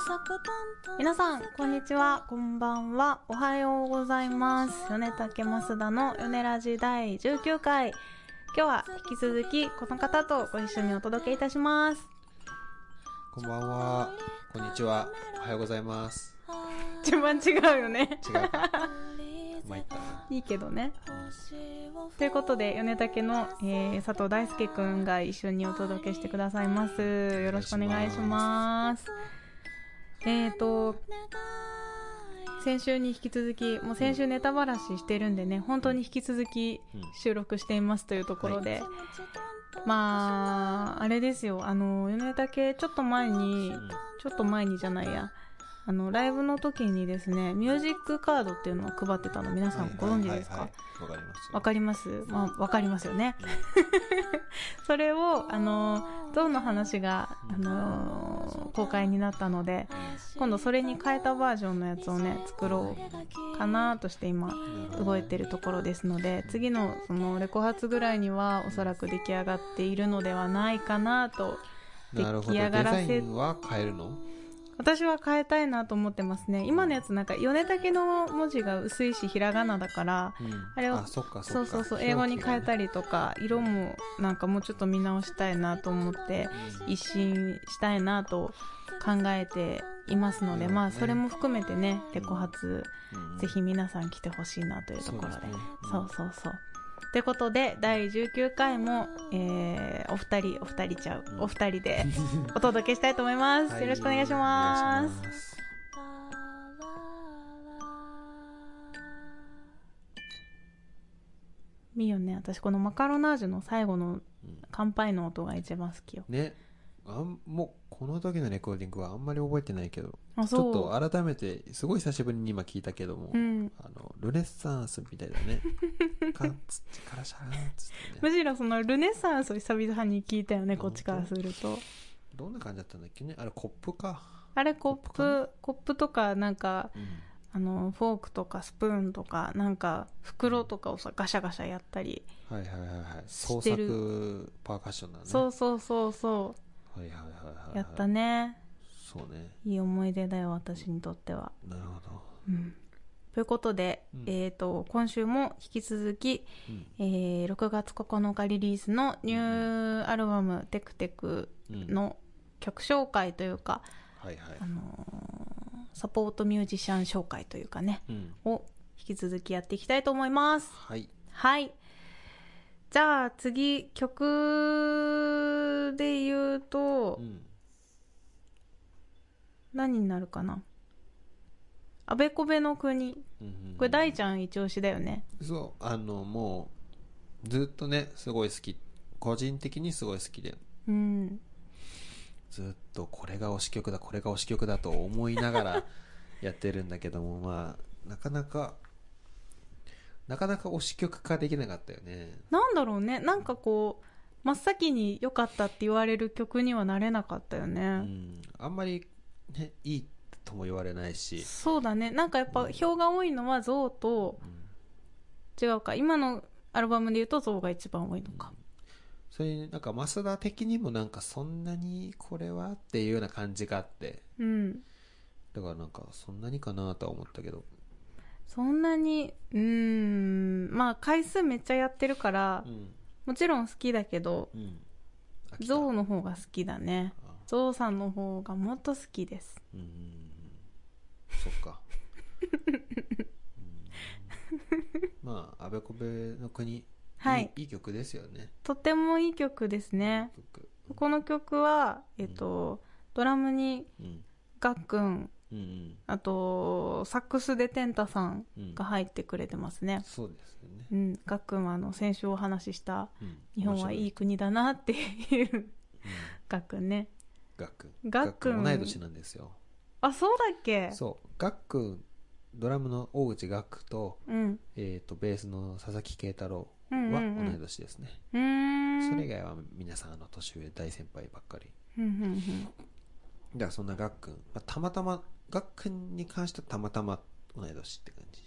皆さんこんにちは、こんばんは、おはようございます。米竹増田の米ラジ第19回、今日は引き続きこの方とご一緒にお届けいたします。 こんばんは、こんにちは、おはようございます。 順番違うよね。 違うか参ったいいけどね、ということで米竹の、佐藤大輔くんが一緒にお届けしてくださいます。よろしくお願いします。先週に引き続き、もう先週ネタばらししてるんでね、本当に引き続き収録していますというところで、まああれですよ、米竹ちょっと前にじゃないや、ライブの時にですね、ミュージックカードっていうのを配ってたの、皆さんご存知ですか？わかります。まあわかりますよね。それをゾウの話が公開になったので、今度それに変えたバージョンのやつをね作ろうかなとして今動いてるところですので、次のそのレコ発ぐらいにはおそらく出来上がっているのではないかなと。 出来上がらせ、デザインは変えるの？ 私は変えたいなと思ってますね。今のやつなんか米竹の文字が薄いしひらがなだから、あれをそう英語に変えたりとか、色もなんかもうちょっと見直したいなと思って一新したいなと考えていますので、まあそれも含めてね、レコ発ぜひ皆さん来てほしいなというところで、そうということで第19回も、お二人でお届けしたいと思います。はい、よろしくお願いします。いいよね、私このマカロナージュの最後の乾杯の音が一番好きよね。もうこの時のレコーディングはあんまり覚えてないけど、ちょっと改めてすごい久しぶりに今聞いたけども、ルネッサンスみたいだね。カンツッチカラシャーンツってね。 むしろそのルネッサンスを久々に聞いたよね、こっちからすると。 どんな感じだったんだっけね。あれコップか。 あれコップとかなんか、フォークとかスプーンとかなんか袋とかをさガシャガシャやったり、 創作パーカッションだね。 そうやったね。 そうね。 いい思い出だよ、私にとっては。 なるほど。 ということで、今週も引き続き、6月9日リリースのニューアルバムテクテクの曲紹介というか、サポートミュージシャン紹介というかね、を引き続きやっていきたいと思います。はい。じゃあ次曲で言うと、何になるかな。あべこべの国、これ大ちゃん一押しだよね。 そう、もうずっとねすごい好き、個人的にすごい好きで、ずっとこれが推し曲だと思いながらやってるんだけども、まあなかなか推し曲化できなかったよね。 なんだろうね、なんかこう真っ先に良かったって言われる曲にはなれなかったよね。 あんまりねいいとも言われないし。 そうだね、なんかやっぱ票が多いのはゾウと、違うか、今のアルバムで言うとゾウが一番多いのか。 それになんか増田的にもなんかそんなにこれはっていうような感じがあって、だからなんかそんなにかなとは思ったけど、 そんなにまあ回数めっちゃやってるから、もちろん好きだけど、ゾウの方が好きだね。ゾウさんの方がもっと好きです。 そっか。まああべこべの国、いい曲ですよね。 とてもいい曲ですね。この曲はドラムにガックン、あとサックスでテンタさんが入ってくれてますね。 そうですよね。 ガックンは先週お話しした日本はいい国だなっていうガックンね。ガックン同い年なんですよ。 あ、そうだっけ。 そう、ガックン、ドラムの大内ガックと、ベースの佐々木慶太郎は同い年ですね。それ以外は皆さん年上大先輩ばっかり。だからそんなガックン、たまたまガックンに関してはたまたま同い年って感じ。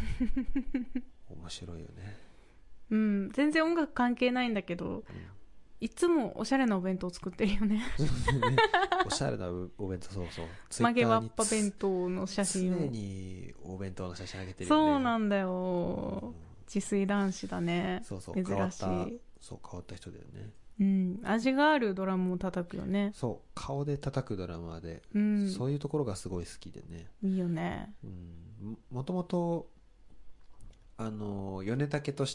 面白いよね。 全然音楽関係ないんだけど、 いつもおしゃれなお弁当作ってるよねおしゃれなお弁当、そうそう、 曲げわっぱ弁当の写真を常にお弁当の写真あげてるよね。 そうなんだよ、自炊男子だね。 そうそう、 珍しい。 変わった人だよね。 うん、味があるドラムを叩くよね。 そう、顔で叩くドラマーで、そういうところがすごい好きでね。 いいよね。 もともと米竹として、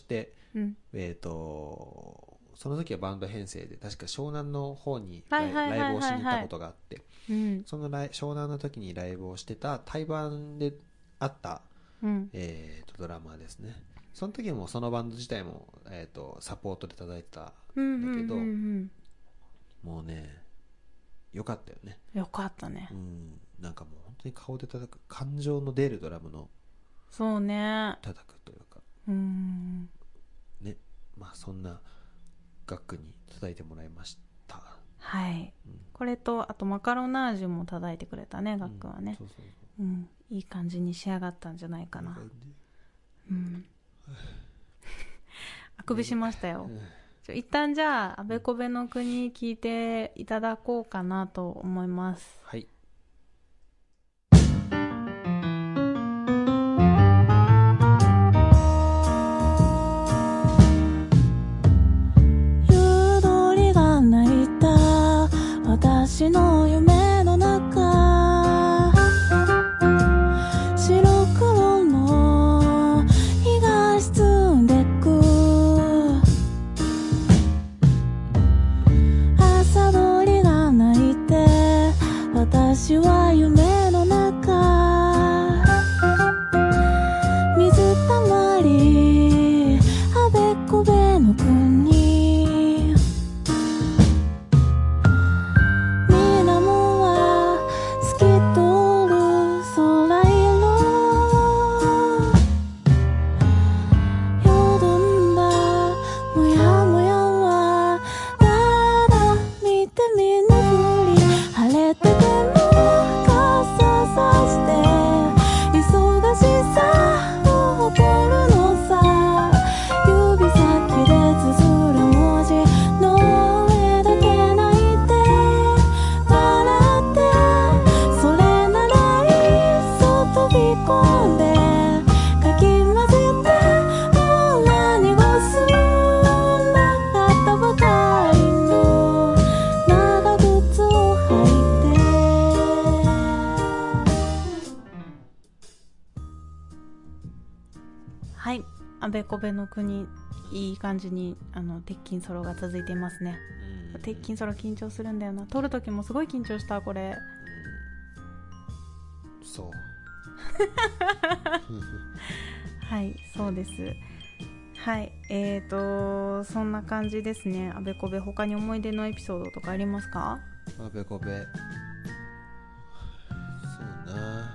その時はバンド編成で確か湘南の方にライブをしに行ったことがあって、その湘南の時にライブをしてた対バンであった、ドラマーですね。その時もそのバンド自体も、サポートで叩いてたんだけど、もうねよかったよね。 よかったね。 なんかもう本当に顔で叩く感情の出るドラムのそうね叩くというかね、まあそんなガックに叩いてもらいました。 はい、これとあとマカロナージュも叩いてくれたね、ガックはね。いい感じに仕上がったんじゃないかな。あくびしましたよ。一旦じゃああべこべの国聞いていただこうかなと思います。 はい。 夕鳥が鳴いた私の夢の中、白黒の日が沈んでく、朝鳥が鳴いて私は夢の中、水たまりあべこべの国、水面は透き通る空色、よどんだもやもやはただ見て見ぬふり、晴れてても傘さして忙しさを誇るのさ、指先で綴る文字の上だけ泣いて笑って、それならいっそ飛び込んでかき混ぜて、何もすなかったばかりの長靴を履いて。はい、あべこべの国、いい感じに鉄筋ソロが続いていますね。鉄筋ソロ緊張するんだよな。撮る時もすごい緊張したこれ。 そうはい、そうです。はい、そんな感じですね。あべこべ、他に思い出のエピソードとかありますか？ あべこべ、そうな、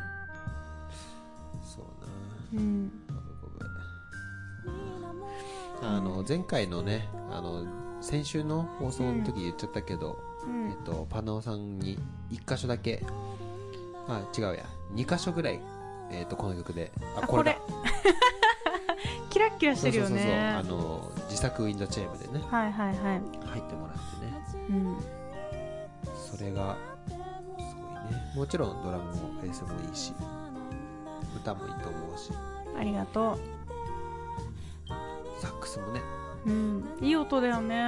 あべこべ、前回のね、先週の放送の時言っちゃったけど、パナオさんに1箇所だけ、違うや、2箇所ぐらい、この曲で、これだキラッキラしてるよね。 そう自作ウィンドチェームでね、入ってもらってね、それがすごいね。もちろんドラムもベースもいいし、歌もいいと思うし、 ありがとう。 サックスもね、 いい音だよね。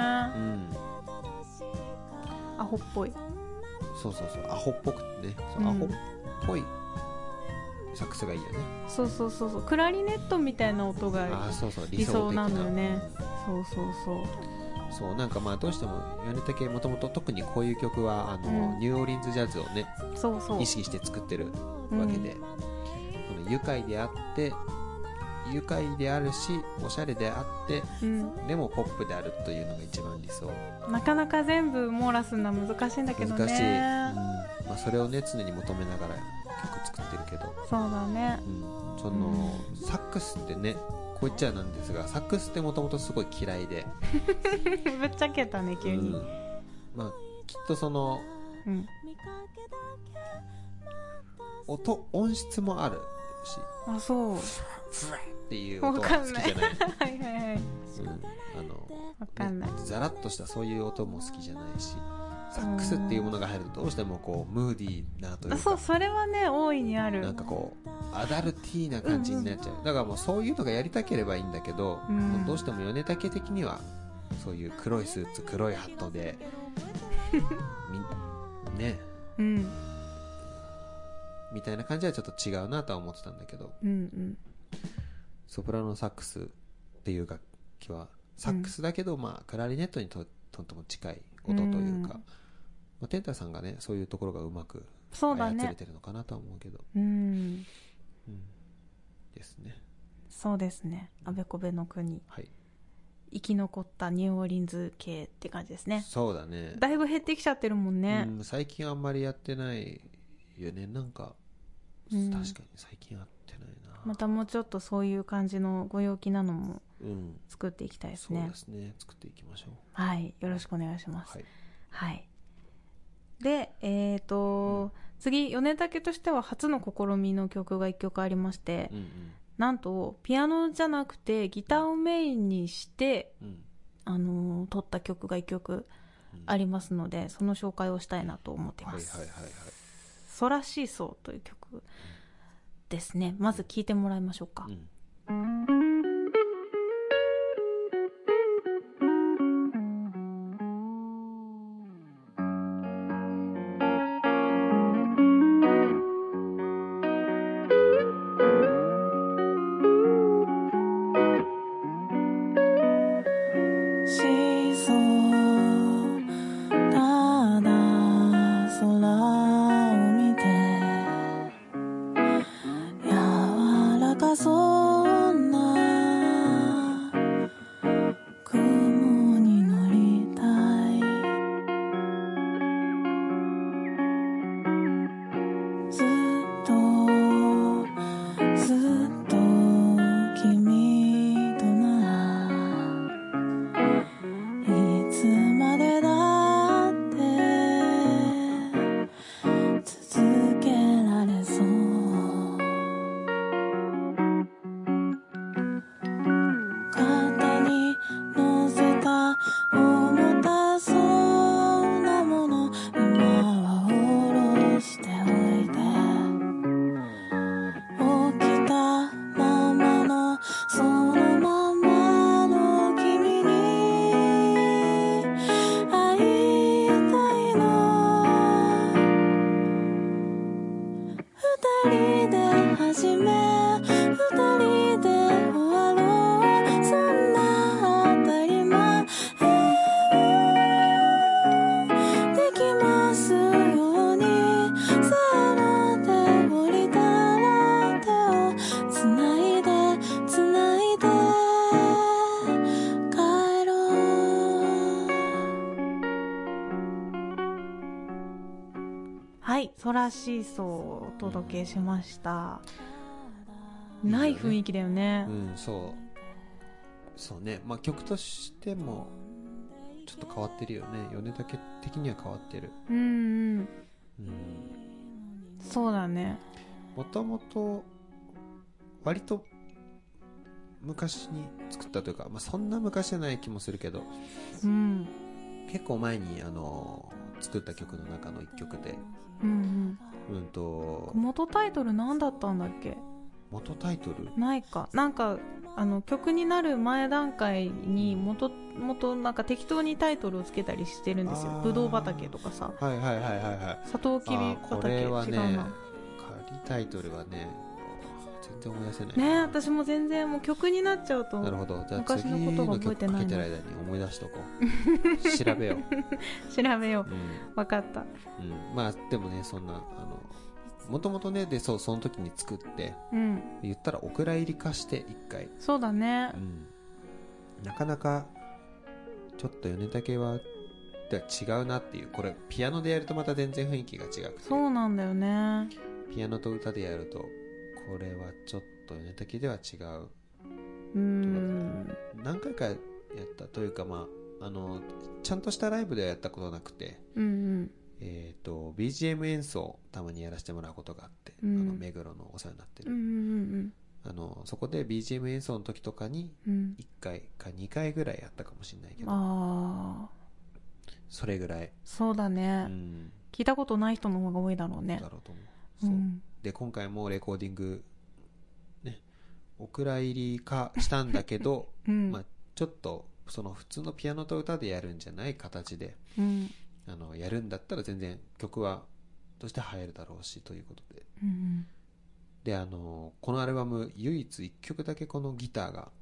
アホっぽい。 そうそうそう、アホっぽくてね、アホっぽいサックスがいいよね。 そうそうそうそう、クラリネットみたいな音が理想なんだよね。そうそうそうそう、なんかまあどうしても米竹もともと特にこういう曲はニューオーリンズジャズをね、意識して作ってるわけで、この愉快であって愉快であるし、おしゃれであって、でもポップであるというのが一番理想。 なかなか全部網羅するのは難しいんだけどね。 難しい、まあ、それをね常に求めながら曲作ってるけど、 そうだね、 そのサックスってね、こう言っちゃなんですが、サックスってもともとすごい嫌いでぶっちゃけたね急に、 まあきっとその、音質もあるし、 あ、そうっていう音は好きじゃない。 はいはいはい、わわかんない、 ね、ザラッとしたそういう音も好きじゃないし、サックスっていうものが入るとどうしてもこうムーディーなというか、 そうそれはね大いにある。 なんかこうアダルティーな感じになっちゃう、だからもうそういうのがやりたければいいんだけど、もうどうしても米竹的にはそういう黒いスーツ黒いハットでね、みたいな感じはちょっと違うなとは思ってたんだけど、ソプラノサックスっていう楽器はサックスだけど、まあクラリネットにとっても近い音というか、まあ、テンタさんがねそういうところがうまく操れてるのかなとは思うけど、ですね。 そうですね。あべこべの国、 はい、 生き残ったニューオーリンズ系って感じですね。 そうだね。 だいぶ減ってきちゃってるもんね。 最近あんまりやってないよね。なんか、確かに最近やってないな。 またもうちょっとそういう感じのご陽気なのも作っていきたいですね。 そうですね。作っていきましょう。 はい、よろしくお願いします。 はい。 はい、で、次米竹としては初の試みの曲が1曲ありまして、なんとピアノじゃなくてギターをメインにして、撮った曲が1曲ありますので、その紹介をしたいなと思っています。ソラシーソーという曲ですね。まず聴いてもらいましょうか。ソラシーソーをお届けしました。ない雰囲気だよね。 そうね。まあ曲としてもちょっと変わってるよね。米竹的には変わってる。 そうだね。 もともと割と昔に作ったというか、まあ、そんな昔じゃない気もするけど、結構前に作った曲の中の一曲で、 元タイトル何だったんだっけ。 元タイトルないか。なんか曲になる前段階に元なんか適当にタイトルをつけたりしてるんですよ。ぶどう畑とかさ、サトウキビ畑。 これはね、仮タイトルはね全然思い出せないね。私も全然もう曲になっちゃうと。 なるほど。じゃあ昔のことが覚えてないの。次の曲かけてる間に思い出しとこう。調べよう。調べよう。分かった。 まあでもね、そんなもともとね、でその時に作って、言ったらお蔵入り化して一回。 そうだね。 なかなかちょっと米竹は違うなっていう。これピアノでやるとまた全然雰囲気が違くて。 そうなんだよね。 ピアノと歌でやるとこれはちょっと米竹では違う。何回かやったというか、まあちゃんとしたライブではやったことなくて、BGM 演奏たまにやらせてもらうことがあって、目黒のお世話になってる、 そこで BGM 演奏の時とかに1回か2回ぐらいやったかもしれないけど、それぐらい。 そうだね、聞いたことない人の方が多いだろうね。 だろうと思う。そう、で今回もレコーディングね、お蔵入り化したんだけど、まあ、ちょっとその普通のピアノと歌でやるんじゃない形で、やるんだったら全然曲はとして入るだろうしということで、でこのアルバム唯一1曲だけこのギターが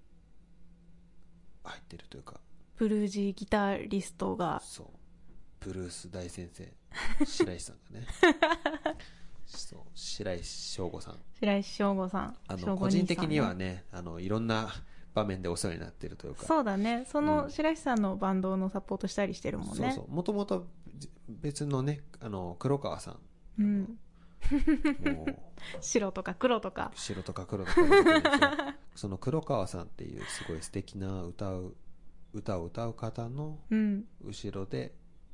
入ってるというか、 ブルージーギタリストが、 そうブルース大先生白石さんがねそう白石翔吾さん、 白石翔吾さん、 個人的にはねいろんな場面でお世話になってるというか。 そうだね、その白石さんのバンドのサポートしたりしてるもんね。 そうそう、もともと別のね黒川さん、もう白とか黒とかその黒川さんっていうすごい素敵な歌を歌う方の後ろで、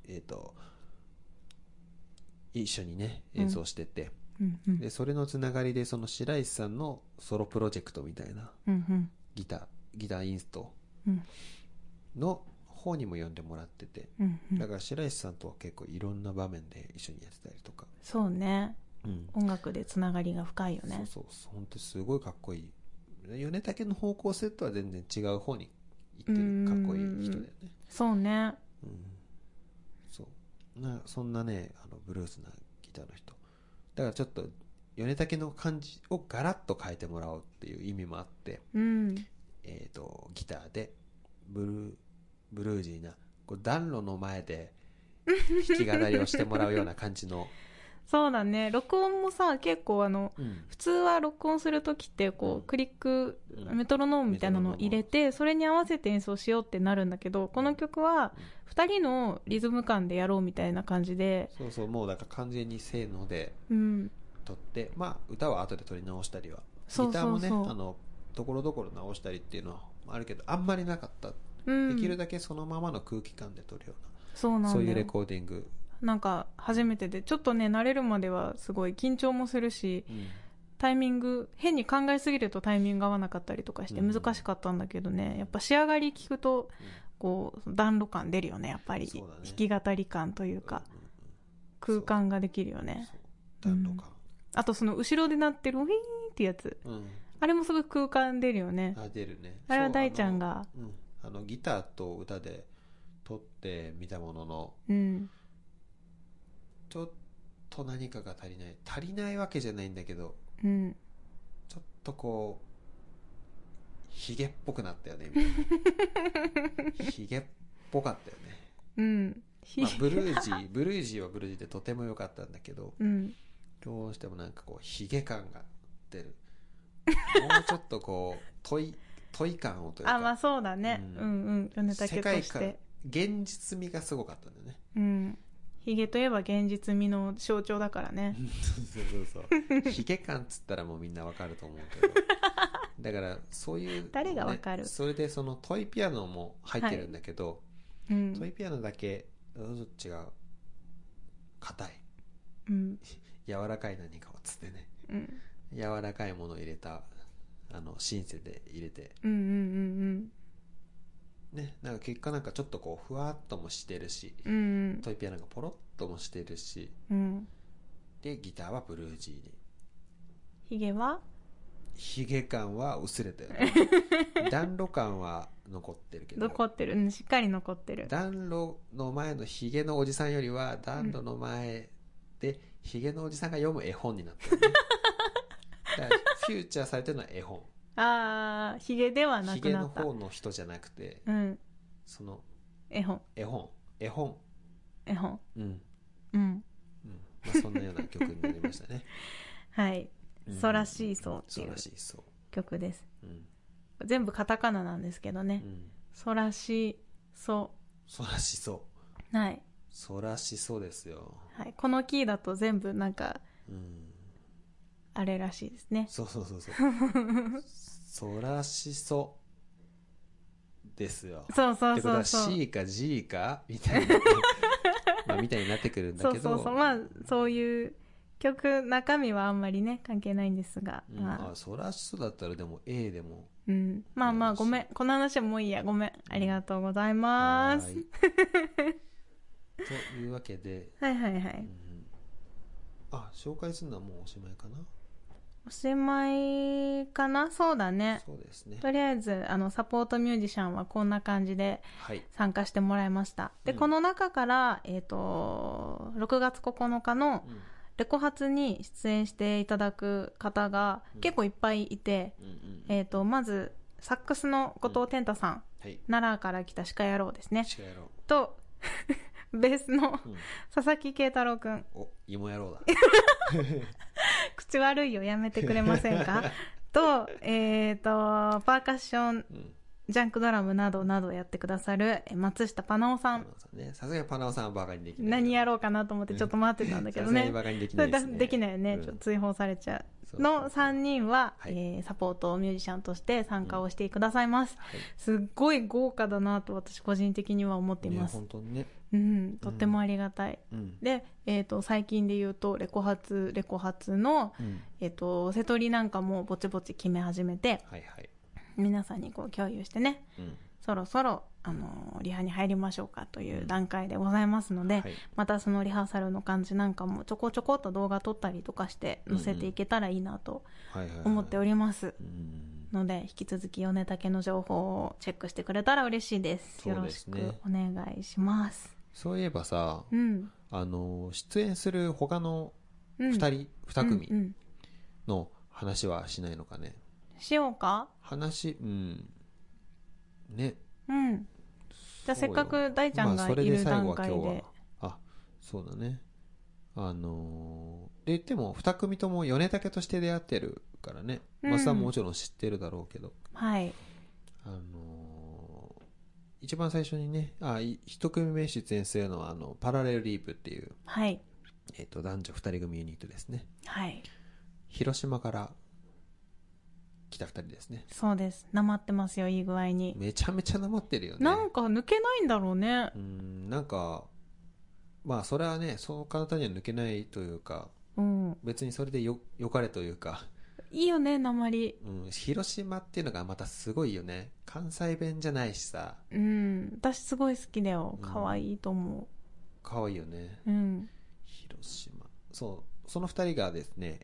一緒にね演奏してて、でそれのつながりでその白石さんのソロプロジェクトみたいな、ギターインストの方にも呼んでもらってて、だから白石さんとは結構いろんな場面で一緒にやってたりとか。 そうね、音楽でつながりが深いよね。 そう本当にすごいかっこいい。米竹の方向性とは全然違う方に行ってるかっこいい人だよね。 そうね、 そうそんなねブルースなギターの人だからちょっと米竹の感じをガラッと変えてもらおうっていう意味もあって、ギターでブルージーなこう暖炉の前で弾き語りをしてもらうような感じのそうだね、録音もさ結構普通は録音するときってこう、クリック、メトロノームみたいなのを入れてそれに合わせて演奏しようってなるんだけど、この曲は2人のリズム感でやろうみたいな感じで、 そうもうだから完全にせーので撮って、まあ歌は後で撮り直したりは、ギターもねところどころ直したりっていうのはあるけどあんまりなかった、できるだけそのままの空気感で撮るような、そういうレコーディングなんか初めてでちょっとね慣れるまではすごい緊張もするし、タイミング変に考えすぎるとタイミング合わなかったりとかして難しかったんだけどね、やっぱ仕上がり聞くとこう暖炉感出るよね、やっぱり、弾き語り感というか、空間ができるよね。 暖炉感、 あとその後ろで鳴ってるウィーンってやつ、あれもすごい空間出るよね。 出るね。 あれは大ちゃんがギターと歌で撮ってみたものの、ちょっと何かが足りないわけじゃないんだけど、ちょっとこうヒゲっぽくなったよねみたいなヒゲっぽかったよね。まあ、ブルージーはブルージーでとても良かったんだけど、どうしてもなんかこうヒゲ感が出る。もうちょっとこう問い感をというか、 まあそうだね、米竹として現実味がすごかったんだよね。 ヒゲといえば現実味の象徴だからね。 そうヒゲ感っつったらもうみんなわかると思うけどだからそういう、 誰がわかる。 それでそのトイピアノも入ってるんだけど、トイピアノだけ違う、硬い、柔らかい何かをつってね、柔らかいものを入れたシンセで入れて、ね、なんか結果なんかちょっとこうふわっともしてるし、トイピアノがポロッともしてるし、でギターはブルージーに、ヒゲ感は薄れたよね暖炉感は残ってるけど、 しっかり残ってる。 暖炉の前のヒゲのおじさんよりは暖炉の前でヒゲのおじさんが読む絵本になってるねだからフューチャーされてるのは絵本。 ヒゲではなくなった。ヒゲの方の人じゃなくて、その絵本。 まあそんなような曲になりましたねはい、ソラシーソーっていう曲です。全部カタカナなんですけどね。ソラシソ。はい。 ソラシソですよ。 はい。このキーだと全部なんか、あれらしいですね。 そうソラシソですよ。 そうってことは C か G かみたいなまあみたいになってくるんだけど、 まあそういう曲中身はあんまりね関係ないんですが、 そらそうだったらでも A でも、 まあまあごめん、この話はもういいや、ごめん、ありがとうございますというわけではいはいはい、 紹介するのはもうおしまいかな。 おしまいかな。そうだね。 そうですね。 とりあえずサポートミュージシャンはこんな感じで参加してもらいました、でこの中から、6月9日のレコ発に出演していただく方が結構いっぱいいて、まずサックスの後藤天太さん、奈良から来た鹿野郎ですね、とベースの佐々木慶太郎くん、 芋野郎だ口悪いよ、やめてくれませんかと、パーカッション、ジャンクドラムなどなどやってくださる松下パナオさん。 さすがにパナオさんはバカにできない。 何やろうかなと思ってちょっと待ってたんだけどね。 バカにできないですね。 できないよね。ちょっと追放されちゃう。の3人は、サポートミュージシャンとして参加をしてくださいます。すっごい豪華だなと私個人的には思っています。 本当にね。 とってもありがたい。で、最近で言うとレコ発の、瀬取りなんかもぼちぼち決め始めて、皆さんにこう共有してね、そろそろリハに入りましょうかという段階でございますので、またそのリハーサルの感じなんかもちょこちょこっと動画撮ったりとかして載せていけたらいいなと思っておりますので、引き続き米竹の情報をチェックしてくれたら嬉しいです。よろしくお願いします。 そういえばさ、出演する他の2組の話はしないのかね。 しようか。 ね。 じゃあせっかく大ちゃんがいる段階で、 そうだね。で言っても2組とも米竹として出会ってるからね。マスさんももちろん知ってるだろうけど、一番最初にね、1組目出演するのはパラレルリープっていう、男女2人組ユニットですね。広島から来た2人ですね。 そうです。なまってますよ、いい具合に。 めちゃめちゃなまってるよね。 なんか抜けないんだろうね。 なんかまあそれはね、そう簡単には抜けないというか、別にそれでよかれというか、 いいよね、なまり。 広島っていうのがまたすごいよね。関西弁じゃないしさ。 私すごい好きだよ。可愛いと思う。 可愛いよね。広島。その2人がですね、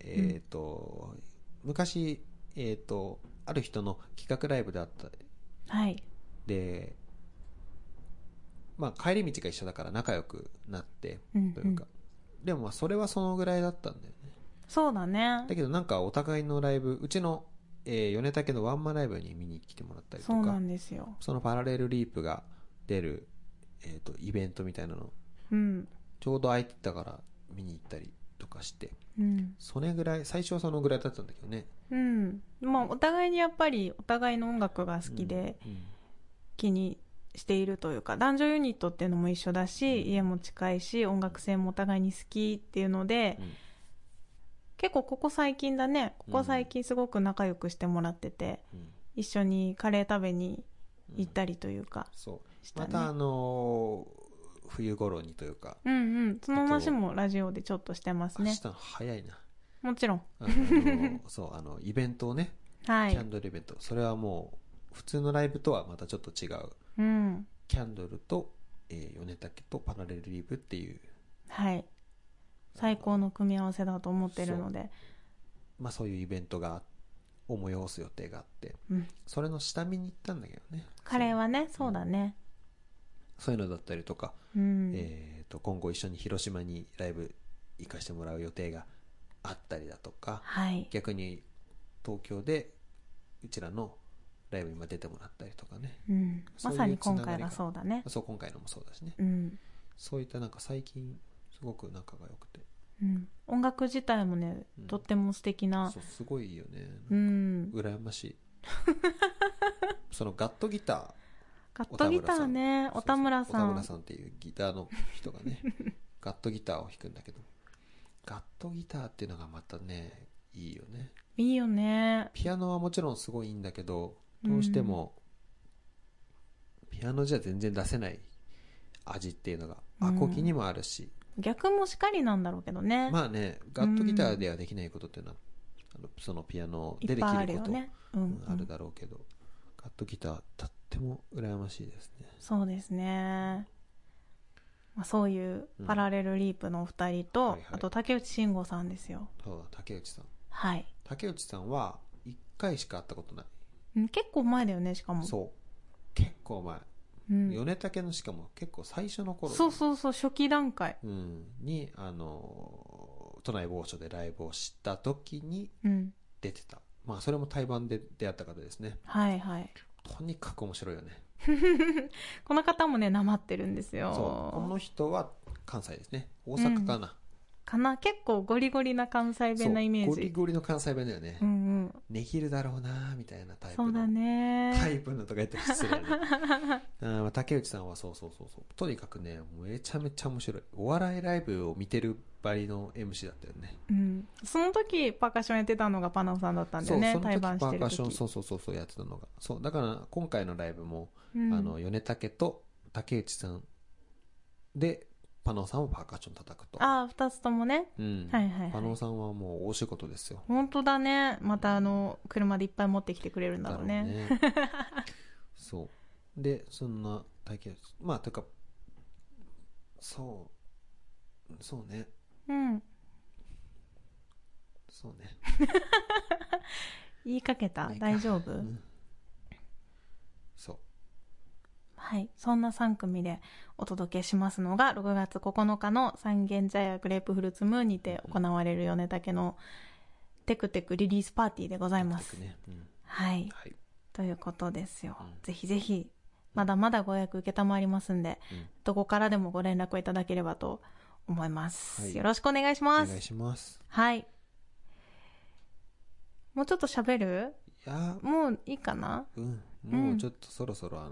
昔ある人の企画ライブであった。で、まあ帰り道が一緒だから仲良くなってというか、でもまあそれはそのぐらいだったんだよね。 そうだね。 だけどなんかお互いのライブ、うちの、米竹のワンマンライブに見に来てもらったりとか、 そうなんですよ。 そのパラレルリープが出る、イベントみたいなの、ちょうど空いてたから見に行ったりとかして、それぐらい、最初はそのぐらいだったんだけどね。 まあお互いにやっぱりお互いの音楽が好きで、気にしているというか、男女ユニットっていうのも一緒だし、家も近いし、音楽性もお互いに好きっていうので、結構ここ最近だね、ここ最近すごく仲良くしてもらってて、一緒にカレー食べに行ったりというか、 また冬頃にというか、 その話もラジオでちょっとしてますね。 明日早いな。 もちろんイベントをね、キャンドルイベント、それはもう普通のライブとはまたちょっと違う、キャンドルと、米竹とパラレルリープっていう、 最高の組み合わせだと思ってるので、 そういうイベントを催す予定があって、それの下見に行ったんだけどね。 カレーはね、そうだね。 そういうのだったりとか、今後一緒に広島にライブ行かしてもらう予定があったりだとか、逆に東京でうちらのライブに出てもらったりとかね、 まさに今回がそうだね。 今回のもそうだしね、そういったなんか最近すごく仲が良くて、 音楽自体もね、とっても素敵な、 すごいいいよね。羨ましいそのガットギターね、お田村さんっていうギターの人がねガットギターを弾くんだけど、ガットギターっていうのがまたね、いいよね。 いいよね。 ピアノはもちろんすごいいいんだけど、どうしてもピアノじゃ全然出せない味っていうのがアコギにもあるし、 逆もしかりなんだろうけどね。 まあね、ガットギターではできないことっていうのは、そのピアノでできることあるよね、あるだろうけど、ガットギターとっても羨ましいですね。 そうですね。まあ、そういうパラレルリープのお二人と、あと竹内慎吾さんですよ。 そうだ、竹内さん。 はい。 竹内さんは1回しか会ったことない。 結構前だよね、しかも。 そう。結構前。米竹のしかも結構最初の頃、 そうそうそう、初期段階、 に都内某所でライブをした時に出てた、まあそれも対バンで出会った方ですね。 はいはい。 とにかく面白いよね。 この方もね、なまってるんですよ。 そう、この人は関西ですね。大阪かな、 結構ゴリゴリな関西弁なイメージ。 ゴリゴリの関西弁だよね。できるだろうなみたいなタイプの。 そうだね。 タイプのとか言って失礼ね。竹内さんはそう。とにかくね、めちゃめちゃ面白い。お笑いライブを見てるばりの MC だったよね。 その時パーカッションやってたのがパナオさんだったんだよね。 そう、その時パーカッション、そうやってたのが。そう、だから今回のライブも、米竹と竹内さんで、パノさんはパーカッション叩くと。 ああ、二つともね。はいはい。 パノさんはもう大仕事ですよ。 本当だね。また車でいっぱい持ってきてくれるんだろうね。 そう。で、そんな竹内、まあ、というか、そうね。そうね。 言いかけた？大丈夫？ そう。 はい。そんな3組でお届けしますのが、6月9日の三軒茶屋グレープフルーツムーンにて行われる米竹のテクテクリリースパーティーでございます。はい。ということですよ。ぜひぜひ、まだまだご予約承りますんで、どこからでもご連絡をいただければと思います。よろしくお願いします。 お願いします。 はい。もうちょっと喋る？ いや、 もういいかな？ もうちょっとそろそろ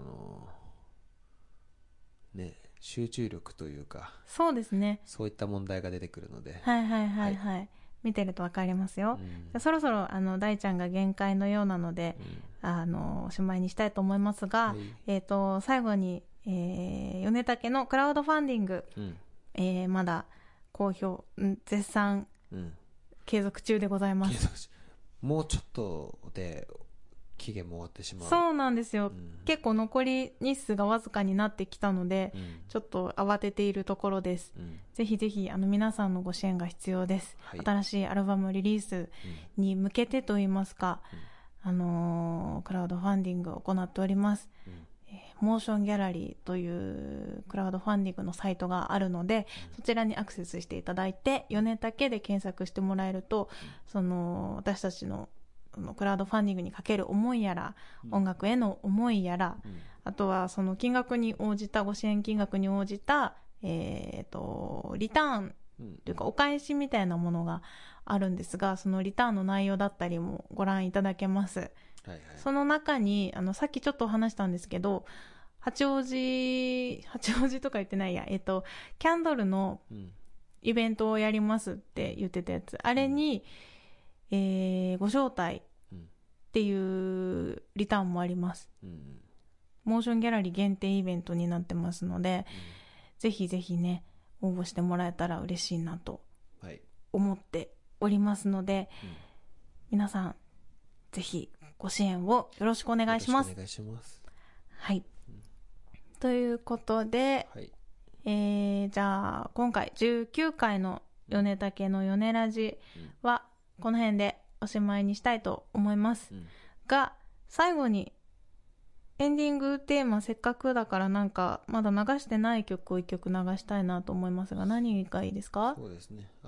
ね、集中力というか、 そうですね。 そういった問題が出てくるので。 はい。見てると分かりますよ。そろそろ大ちゃんが限界のようなので、おしまいにしたいと思いますが、最後に、米竹のクラウドファンディング、まだ好評、絶賛、継続中でございます。 もうちょっとで期限も終わってしまう。 そうなんですよ、結構残り日数がわずかになってきたので、ちょっと慌てているところです。ぜひぜひ皆さんのご支援が必要です。新しいアルバムリリースに向けてといいますか、クラウドファンディングを行っております。モーションギャラリーというクラウドファンディングのサイトがあるので、そちらにアクセスしていただいて、米竹で検索してもらえると、私たちのクラウドファンディングにかける思いやら、音楽への思いやら、あとはその金額に応じた、ご支援金額に応じた、リターンというかお返しみたいなものがあるんですが、そのリターンの内容だったりもご覧いただけます。その中にさっきちょっと話したんですけど、八王子とか言ってないや、キャンドルのイベントをやりますって言ってたやつ、あれに、ご招待っていうリターンもあります。モーションギャラリー限定イベントになってますので、ぜひぜひね、応募してもらえたら嬉しいなと思っておりますので、皆さんぜひご支援をよろしくお願いします。 お願いします。 はい。ということで、じゃあ今回19回の米竹の米ラジはこの辺でおしまいにしたいと思います。が、最後にエンディングテーマせっかくだからなんかまだ流してない曲を1曲流したいなと思いますが、何がいいですか？ そうですね。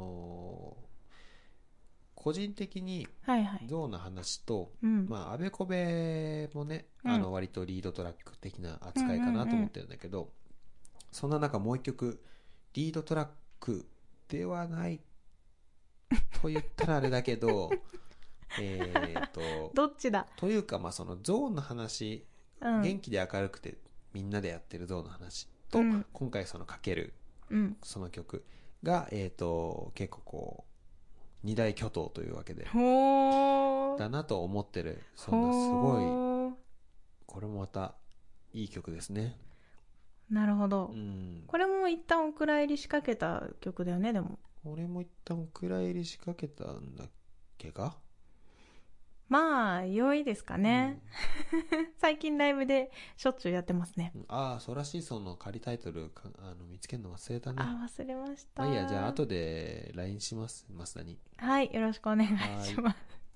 個人的にゾウの話と、まああべこべもね、割とリードトラック的な扱いかなと思ってるんだけど、そんな中もう一曲リードトラックではないと言ったらあれだけどどっちだというか、まあそのゾウの話、元気で明るくてみんなでやってるゾウの話と、今回そのかける、その曲が結構こう二大巨頭というわけでだなと思ってる。そんなすごい、これもまたいい曲ですね。 なるほど、これも一旦お蔵入り仕掛けた曲だよね。でもこれも一旦お蔵入り仕掛けたんだっけか。 まあ良いですかね、最近ライブでしょっちゅうやってますね。 ああ、ソラシーソンの仮タイトル見つけるの忘れたね。 忘れました。 まあいいや、じゃあ後で LINE します、増田に。 はい、よろしくお願いします。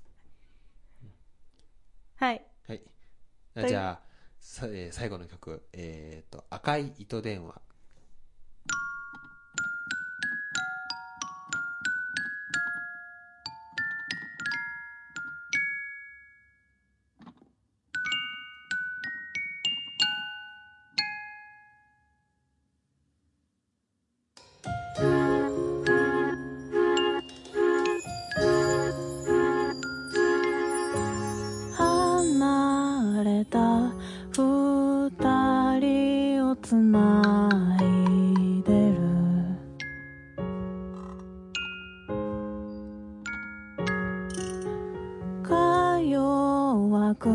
はい、 はい、じゃあ最後の曲、赤い糸電話。 離れた二人をつないでる。か弱く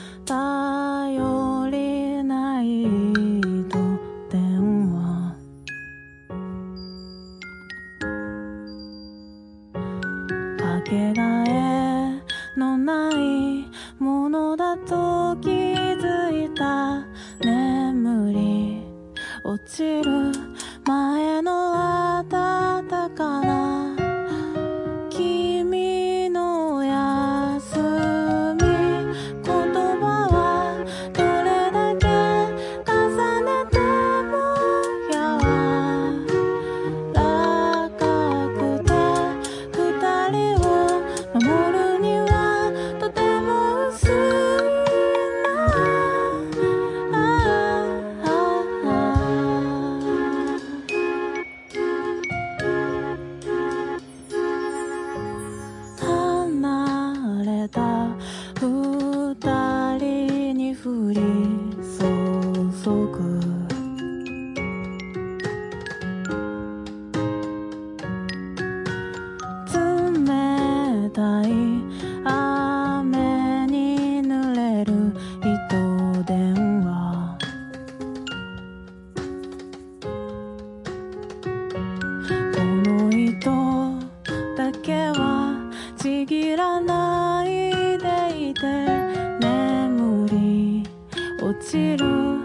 頼りない糸電話。かけがえのないものだと気づいた。眠り落ちる前の暖かな君の休み。言葉はどれだけ重ねても柔らかくて、二人を守るにはとても薄い離れた二人に降り注ぐ冷たい雨に濡れる糸電話。この糸だけはちぎらないでいて、眠り落ちる